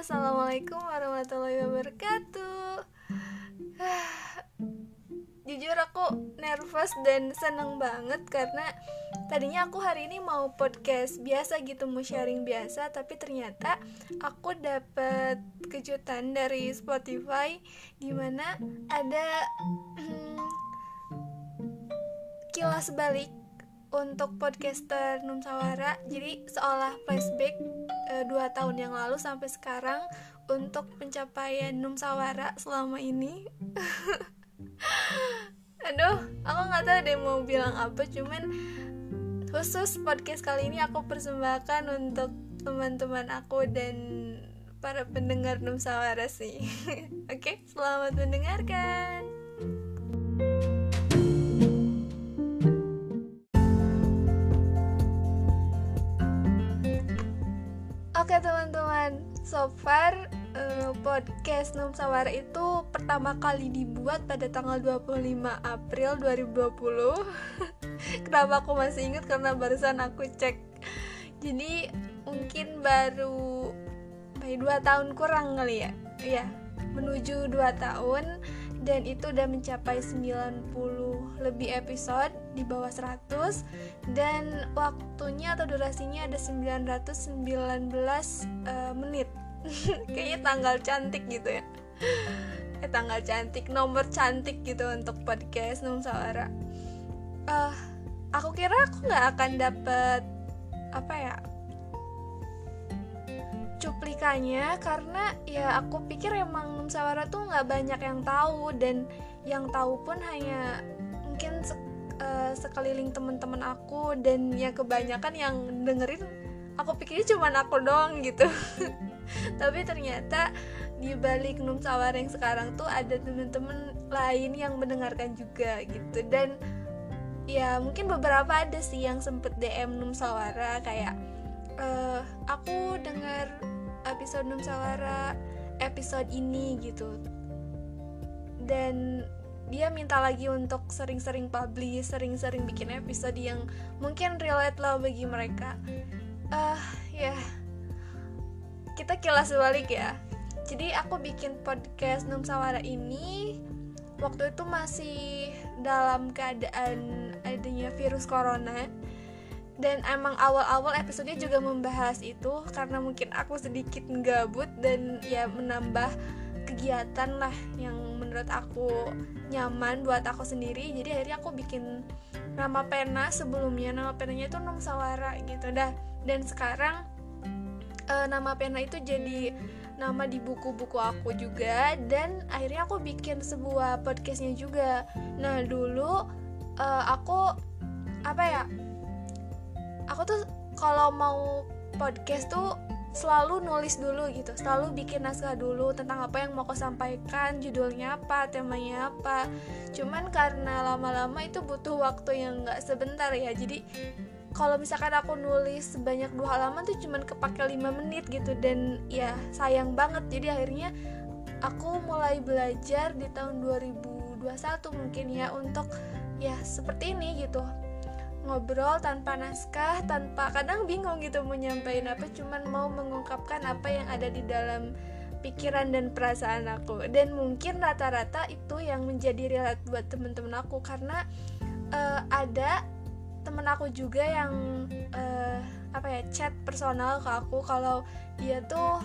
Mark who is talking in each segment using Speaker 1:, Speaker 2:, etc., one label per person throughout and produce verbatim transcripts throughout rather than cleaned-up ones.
Speaker 1: Assalamualaikum warahmatullahi wabarakatuh. Jujur aku nervous dan seneng banget karena tadinya aku hari ini mau podcast biasa gitu, mau sharing biasa, tapi ternyata aku dapet kejutan dari Spotify dimana ada hmm, kilas balik untuk podcaster Numsawara. Jadi seolah flashback e, dua tahun yang lalu sampai sekarang untuk pencapaian Numsawara selama ini. Aduh, aku gak tahu deh mau bilang apa. Cuman khusus podcast kali ini aku persembahkan untuk teman-teman aku dan para pendengar Numsawara sih. Oke, selamat mendengarkan. Oke teman-teman, so far uh, podcast Numsawara itu pertama kali dibuat pada tanggal dua puluh lima April dua ribu dua puluh. Kenapa aku masih ingat? Karena barusan aku cek. Jadi mungkin baru dua tahun kurang kali ya. Ya, menuju dua tahun. Dan itu udah mencapai sembilan puluh lebih episode, di bawah seratus. Dan waktunya atau durasinya ada sembilan ratus sembilan belas uh, menit. Kayaknya tanggal cantik gitu ya. Eh tanggal cantik, nomor cantik gitu untuk podcast Numsawara. uh, Aku kira aku gak akan dapet apa ya cuplikannya, karena ya aku pikir emang Numsawara tuh nggak banyak yang tahu, dan yang tahu pun hanya mungkin se- uh, sekeliling teman-teman aku, dan ya kebanyakan yang dengerin aku pikirnya cuma aku doang gitu. Tapi ternyata di balik Numsawara yang sekarang tuh ada teman-teman lain yang mendengarkan juga gitu. Dan ya mungkin beberapa ada sih yang sempet D M Numsawara kayak Uh, aku dengar episode Numsawara episode ini gitu, dan dia minta lagi untuk sering-sering publish, sering-sering bikin episode yang mungkin relate lah bagi mereka. Uh, ya, yeah. Kita kilas balik ya. Jadi aku bikin podcast Numsawara ini waktu itu masih dalam keadaan adanya virus corona. Dan emang awal-awal episodenya juga membahas itu, karena mungkin aku sedikit gabut dan ya menambah kegiatan lah yang menurut aku nyaman buat aku sendiri. Jadi akhirnya aku bikin nama pena sebelumnya, nama penanya itu Numsawara gitu dah. Dan sekarang e, nama pena itu jadi nama di buku-buku aku juga, dan akhirnya aku bikin sebuah podcastnya juga. Nah dulu e, aku apa ya aku tuh kalau mau podcast tuh selalu nulis dulu gitu, selalu bikin naskah dulu tentang apa yang mau aku sampaikan, judulnya apa, temanya apa. Cuman karena lama-lama itu butuh waktu yang gak sebentar ya, jadi kalau misalkan aku nulis sebanyak dua halaman tuh cuman kepake lima menit gitu, dan ya sayang banget. Jadi akhirnya aku mulai belajar di tahun dua ribu dua puluh satu mungkin ya, untuk ya seperti ini gitu, ngobrol tanpa naskah, tanpa kadang bingung gitu mau nyampein apa, cuman mau mengungkapkan apa yang ada di dalam pikiran dan perasaan aku. Dan mungkin rata-rata itu yang menjadi relate buat temen-temen aku, karena uh, ada temen aku juga yang uh, apa ya chat personal ke aku kalau dia tuh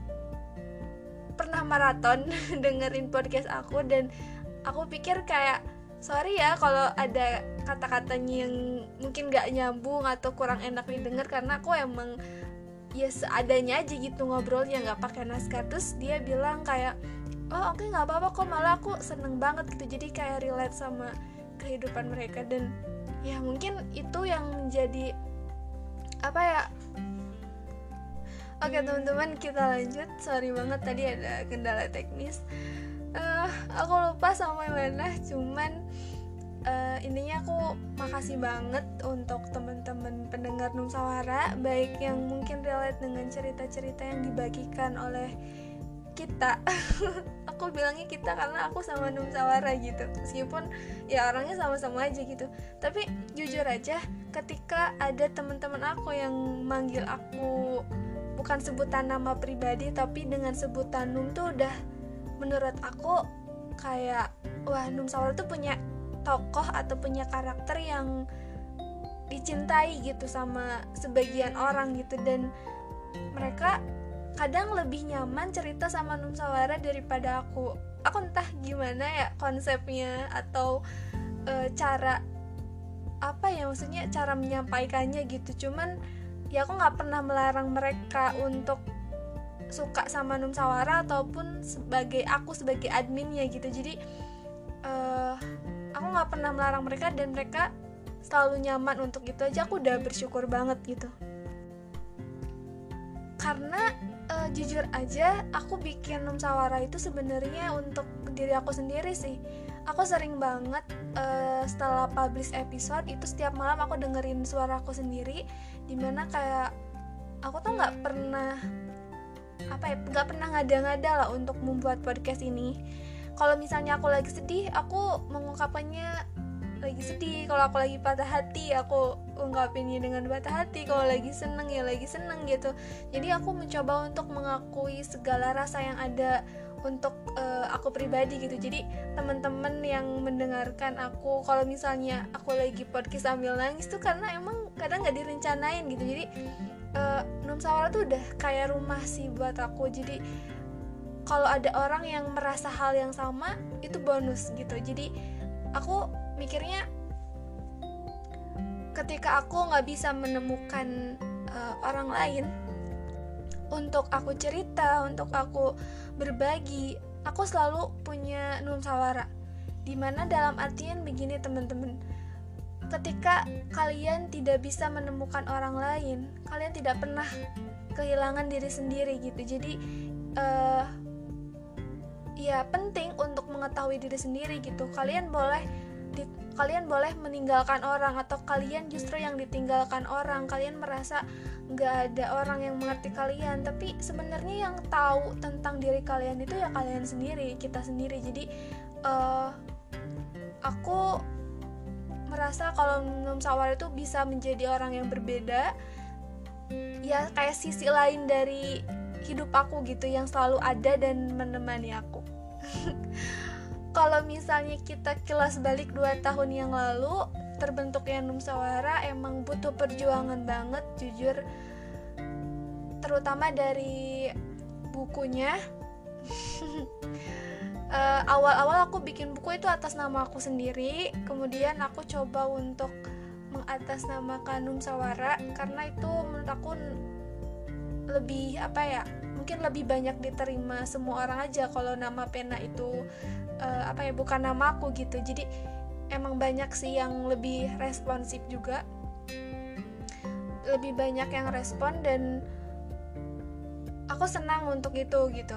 Speaker 1: pernah maraton dengerin podcast aku, dan aku pikir kayak sorry ya kalau ada kata-katanya yang mungkin gak nyambung atau kurang enak didengar, karena aku emang ya seadanya aja gitu ngobrolnya, gak pakai naskah. Terus dia bilang kayak oh oke okay, gak apa-apa kok, malah aku seneng banget gitu, jadi kayak relate sama kehidupan mereka. Dan ya mungkin itu yang menjadi apa ya. Oke teman-teman, kita lanjut. Sorry banget tadi ada kendala teknis. Uh, aku lupa sampai mana, cuman uh, intinya aku makasih banget untuk teman-teman pendengar Numsawara, baik yang mungkin relate dengan cerita-cerita yang dibagikan oleh kita. Aku bilangnya kita karena aku sama Numsawara gitu, meskipun ya orangnya sama-sama aja gitu. Tapi jujur aja, ketika ada teman-teman aku yang manggil aku bukan sebutan nama pribadi, tapi dengan sebutan Num tuh udah menurut aku kayak wah, Numsawara tuh punya tokoh atau punya karakter yang dicintai gitu sama sebagian orang gitu, dan mereka kadang lebih nyaman cerita sama Numsawara daripada aku. Aku entah gimana ya konsepnya atau e, cara apa ya maksudnya cara menyampaikannya gitu. Cuman ya aku nggak pernah melarang mereka untuk suka sama Numsawara ataupun sebagai aku sebagai adminnya gitu. Jadi uh, aku nggak pernah melarang mereka dan mereka selalu nyaman untuk itu aja. Aku udah bersyukur banget gitu. Karena uh, jujur aja aku bikin Numsawara itu sebenarnya untuk diri aku sendiri sih. Aku sering banget uh, setelah publish episode itu setiap malam aku dengerin suara aku sendiri, dimana kayak aku tuh nggak pernah apa ya nggak pernah ngada-ngada lah untuk membuat podcast ini. Kalau misalnya aku lagi sedih, aku mengungkapkannya lagi sedih. Kalau aku lagi patah hati, aku ungkapinnya dengan patah hati. Kalau lagi seneng ya lagi seneng gitu. Jadi aku mencoba untuk mengakui segala rasa yang ada untuk uh, aku pribadi gitu. Jadi teman-teman yang mendengarkan aku, kalau misalnya aku lagi podcast sambil nangis tuh karena emang kadang nggak direncanain gitu. Jadi uh, Numsawara tuh udah kayak rumah sih buat aku. Jadi kalau ada orang yang merasa hal yang sama itu bonus gitu. Jadi aku mikirnya ketika aku nggak bisa menemukan uh, orang lain untuk aku cerita, untuk aku berbagi, aku selalu punya Numsawara. Dimana dalam artian begini teman-teman, ketika kalian tidak bisa menemukan orang lain, kalian tidak pernah kehilangan diri sendiri gitu. Jadi uh, ya penting untuk mengetahui diri sendiri gitu. Kalian boleh di, kalian boleh meninggalkan orang, atau kalian justru yang ditinggalkan orang. Kalian merasa nggak ada orang yang mengerti kalian, tapi sebenarnya yang tahu tentang diri kalian itu ya kalian sendiri, kita sendiri. Jadi uh, aku merasa kalau Numsawara itu bisa menjadi orang yang berbeda, ya kayak sisi lain dari hidup aku gitu yang selalu ada dan menemani aku. Kalau misalnya kita kilas balik dua tahun yang lalu, terbentuknya Numsawara emang butuh perjuangan banget jujur, terutama dari bukunya. uh, awal-awal aku bikin buku itu atas nama aku sendiri, kemudian aku coba untuk mengatasnamakan Numsawara karena itu menurut aku lebih apa ya, mungkin lebih banyak diterima semua orang aja kalau nama pena itu uh, apa ya bukan nama aku gitu. Jadi emang banyak sih yang lebih responsif juga, lebih banyak yang respon, dan aku senang untuk itu gitu.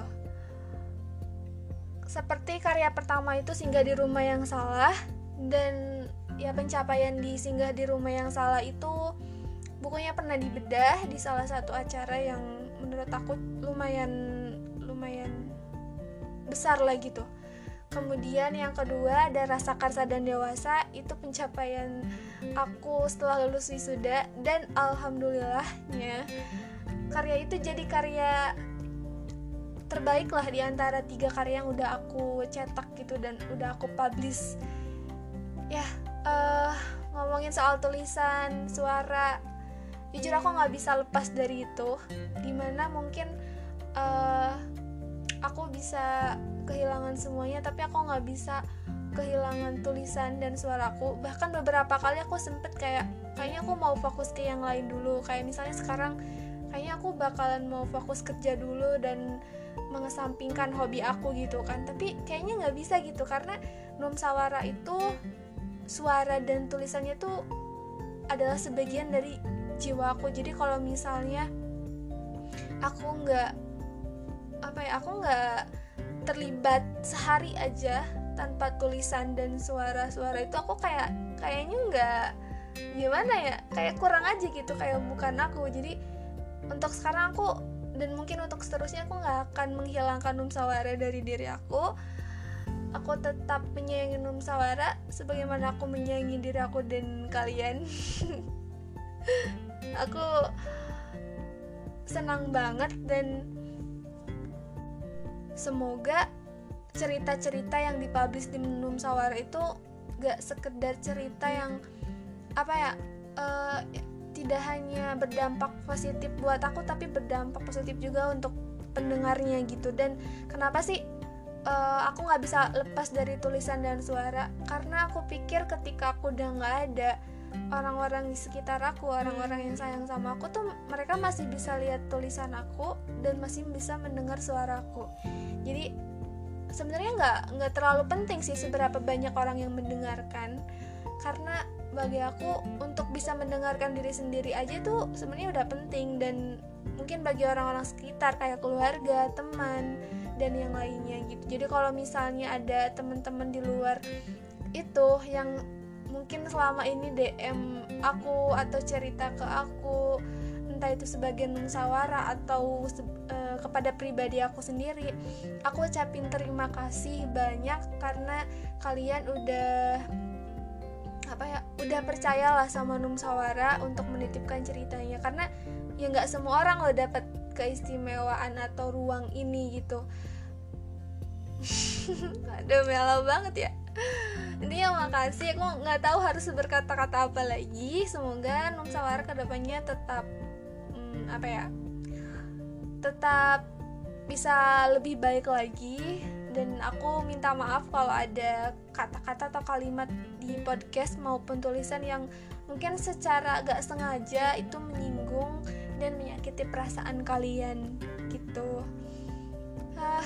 Speaker 1: Seperti karya pertama itu Singgah di Rumah yang Salah, dan ya pencapaian di Singgah di Rumah yang Salah itu bukunya pernah dibedah di salah satu acara yang menurut aku lumayan lumayan besar lah gitu. Kemudian yang kedua ada Rasa Karsa dan Dewasa, itu pencapaian aku setelah lulus wisuda, dan alhamdulillahnya karya itu jadi karya terbaik lah di antara tiga karya yang udah aku cetak gitu dan udah aku publish. Ya uh, ngomongin soal tulisan, suara, jujur aku nggak bisa lepas dari itu. Dimana mungkin uh, aku bisa kehilangan semuanya, tapi aku nggak bisa kehilangan tulisan dan suaraku. Bahkan beberapa kali aku sempet kayak kayaknya aku mau fokus ke yang lain dulu. Kayak misalnya sekarang kayaknya aku bakalan mau fokus kerja dulu dan mengesampingkan hobi aku gitu kan. Tapi kayaknya nggak bisa gitu, karena Numsawara itu suara dan tulisannya tuh adalah sebagian dari jiwa aku. Jadi kalau misalnya aku nggak apa ya aku nggak terlibat sehari aja tanpa tulisan dan suara-suara itu, aku kayak kayaknya nggak gimana ya, kayak kurang aja gitu, kayak bukan aku. Jadi untuk sekarang aku, dan mungkin untuk seterusnya, aku nggak akan menghilangkan Numsawara dari diri aku. Aku tetap menyayangi Numsawara sebagaimana aku menyayangi diri aku dan kalian. Aku senang banget, dan semoga cerita-cerita yang dipublish di Numsawara itu gak sekedar cerita yang apa ya, uh, tidak hanya berdampak positif buat aku, tapi berdampak positif juga untuk pendengarnya gitu. Dan kenapa sih uh, aku nggak bisa lepas dari tulisan dan suara? Karena aku pikir ketika aku udah nggak ada, orang-orang di sekitar aku, orang-orang yang sayang sama aku tuh, mereka masih bisa lihat tulisan aku dan masih bisa mendengar suaraku. Jadi sebenarnya nggak nggak terlalu penting sih seberapa banyak orang yang mendengarkan, karena bagi aku untuk bisa mendengarkan diri sendiri aja tuh sebenarnya udah penting. Dan mungkin bagi orang-orang sekitar kayak keluarga, teman, dan yang lainnya gitu. Jadi kalau misalnya ada teman-teman di luar itu yang mungkin selama ini D M aku atau cerita ke aku, entah itu sebagai Numsawara atau e, kepada pribadi aku sendiri, aku ucapin terima kasih banyak karena kalian udah apa ya, udah percayalah sama Numsawara untuk menitipkan ceritanya. Karena ya nggak semua orang lo dapat keistimewaan atau ruang ini gitu. Aduh, melo banget ya. Intinya makasih, aku nggak tahu harus berkata-kata apa lagi. Semoga Numsawara kedepannya tetap hmm, apa ya, tetap bisa lebih baik lagi. Dan aku minta maaf kalau ada kata-kata atau kalimat di podcast maupun tulisan yang mungkin secara gak sengaja itu menyinggung dan menyakiti perasaan kalian gitu. ah.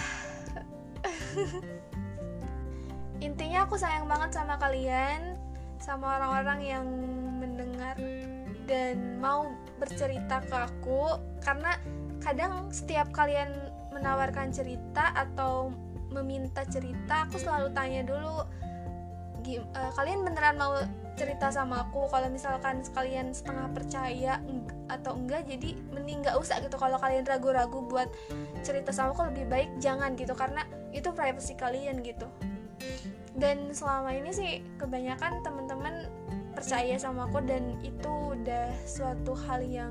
Speaker 1: Intinya aku sayang banget sama kalian, sama orang-orang yang mendengar dan mau bercerita ke aku. Karena kadang setiap kalian menawarkan cerita atau meminta cerita, aku selalu tanya dulu, Gim, uh, kalian beneran mau cerita sama aku? Kalau misalkan kalian setengah percaya eng- atau enggak, jadi mending gak usah gitu. Kalau kalian ragu-ragu buat cerita sama aku, lebih baik jangan gitu, karena itu privacy kalian gitu. Dan selama ini sih kebanyakan teman-teman percaya sama aku, dan itu udah suatu hal yang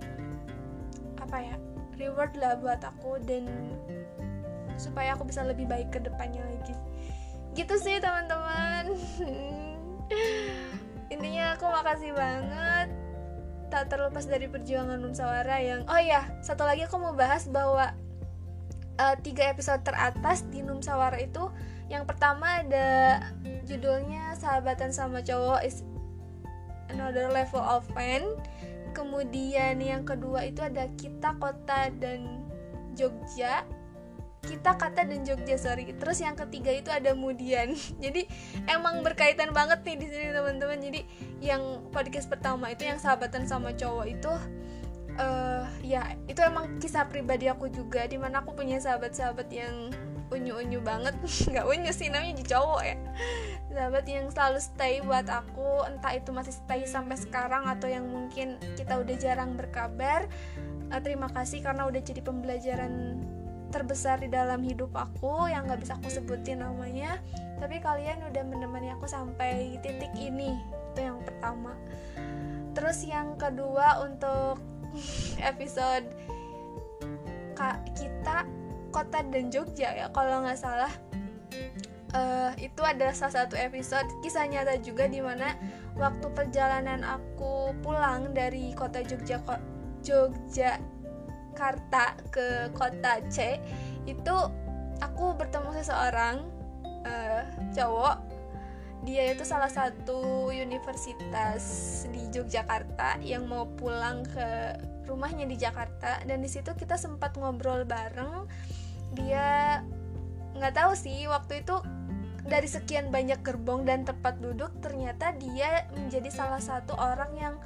Speaker 1: apa ya, reward lah buat aku, dan supaya aku bisa lebih baik ke depannya lagi. Gitu sih teman-teman. Intinya aku makasih banget, tak terlepas dari perjuangan Numsawara yang, oh iya, satu lagi aku mau bahas bahwa uh, tiga episode teratas di Numsawara itu, yang pertama ada judulnya Sahabatan Sama Cowok is Another Level of Fan. Kemudian yang kedua itu ada Kita, Kota, dan Jogja. Kita, Kata, dan Jogja, sorry. Terus yang ketiga itu ada Mudian. Jadi emang berkaitan banget nih di sini teman-teman. Jadi yang podcast pertama itu yang Sahabatan Sama Cowok itu uh, ya itu emang kisah pribadi aku juga, dimana aku punya sahabat-sahabat yang unyu-unyu banget. Nggak unyu sih, namanya cowok ya. Sahabat yang selalu stay buat aku, entah itu masih stay sampai sekarang atau yang mungkin kita udah jarang berkabar. uh, Terima kasih karena udah jadi pembelajaran terbesar di dalam hidup aku yang gak bisa aku sebutin namanya, tapi kalian udah menemani aku sampai titik ini. Itu yang pertama. Terus yang kedua untuk episode Kak, Kita, Kota, dan Jogja ya kalau gak salah, uh, itu adalah salah satu episode kisah nyata juga, dimana waktu perjalanan aku pulang dari kota Jogja Jogja Jakarta ke kota C, itu aku bertemu seseorang uh, cowok. Dia itu salah satu universitas di Yogyakarta yang mau pulang ke rumahnya di Jakarta, dan di situ kita sempat ngobrol bareng. Dia nggak tahu sih waktu itu dari sekian banyak gerbong dan tempat duduk, ternyata dia menjadi salah satu orang yang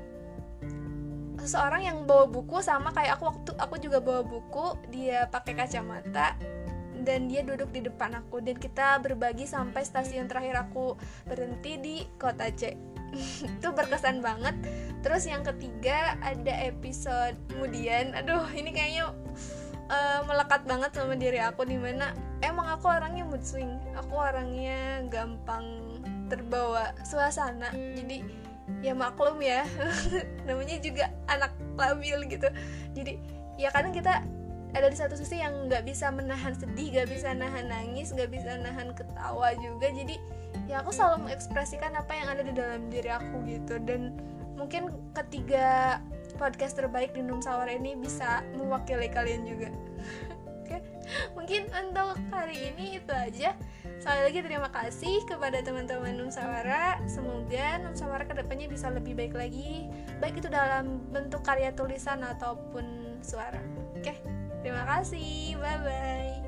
Speaker 1: seseorang yang bawa buku sama kayak aku. Waktu aku juga bawa buku, dia pakai kacamata dan dia duduk di depan aku, dan kita berbagi sampai stasiun terakhir aku berhenti di kota C. Itu berkesan banget. Terus yang ketiga ada episode Mudian. Aduh, ini kayaknya uh, melekat banget sama diri aku, dimana emang aku orangnya mood swing, aku orangnya gampang terbawa suasana. Jadi ya maklum ya, namanya juga anak labil gitu. Jadi ya kadang kita ada di satu sisi yang nggak bisa menahan sedih, nggak bisa nahan nangis, nggak bisa nahan ketawa juga. Jadi ya aku selalu mengekspresikan apa yang ada di dalam diri aku gitu. Dan mungkin ketiga podcast terbaik di Numsawara ini bisa mewakili kalian juga. Oke, mungkin untuk hari ini itu aja. Sekali lagi terima kasih kepada teman-teman Numsawara. Semoga Numsawara kedepannya bisa lebih baik lagi, baik itu dalam bentuk karya tulisan ataupun suara. Oke, terima kasih, bye bye.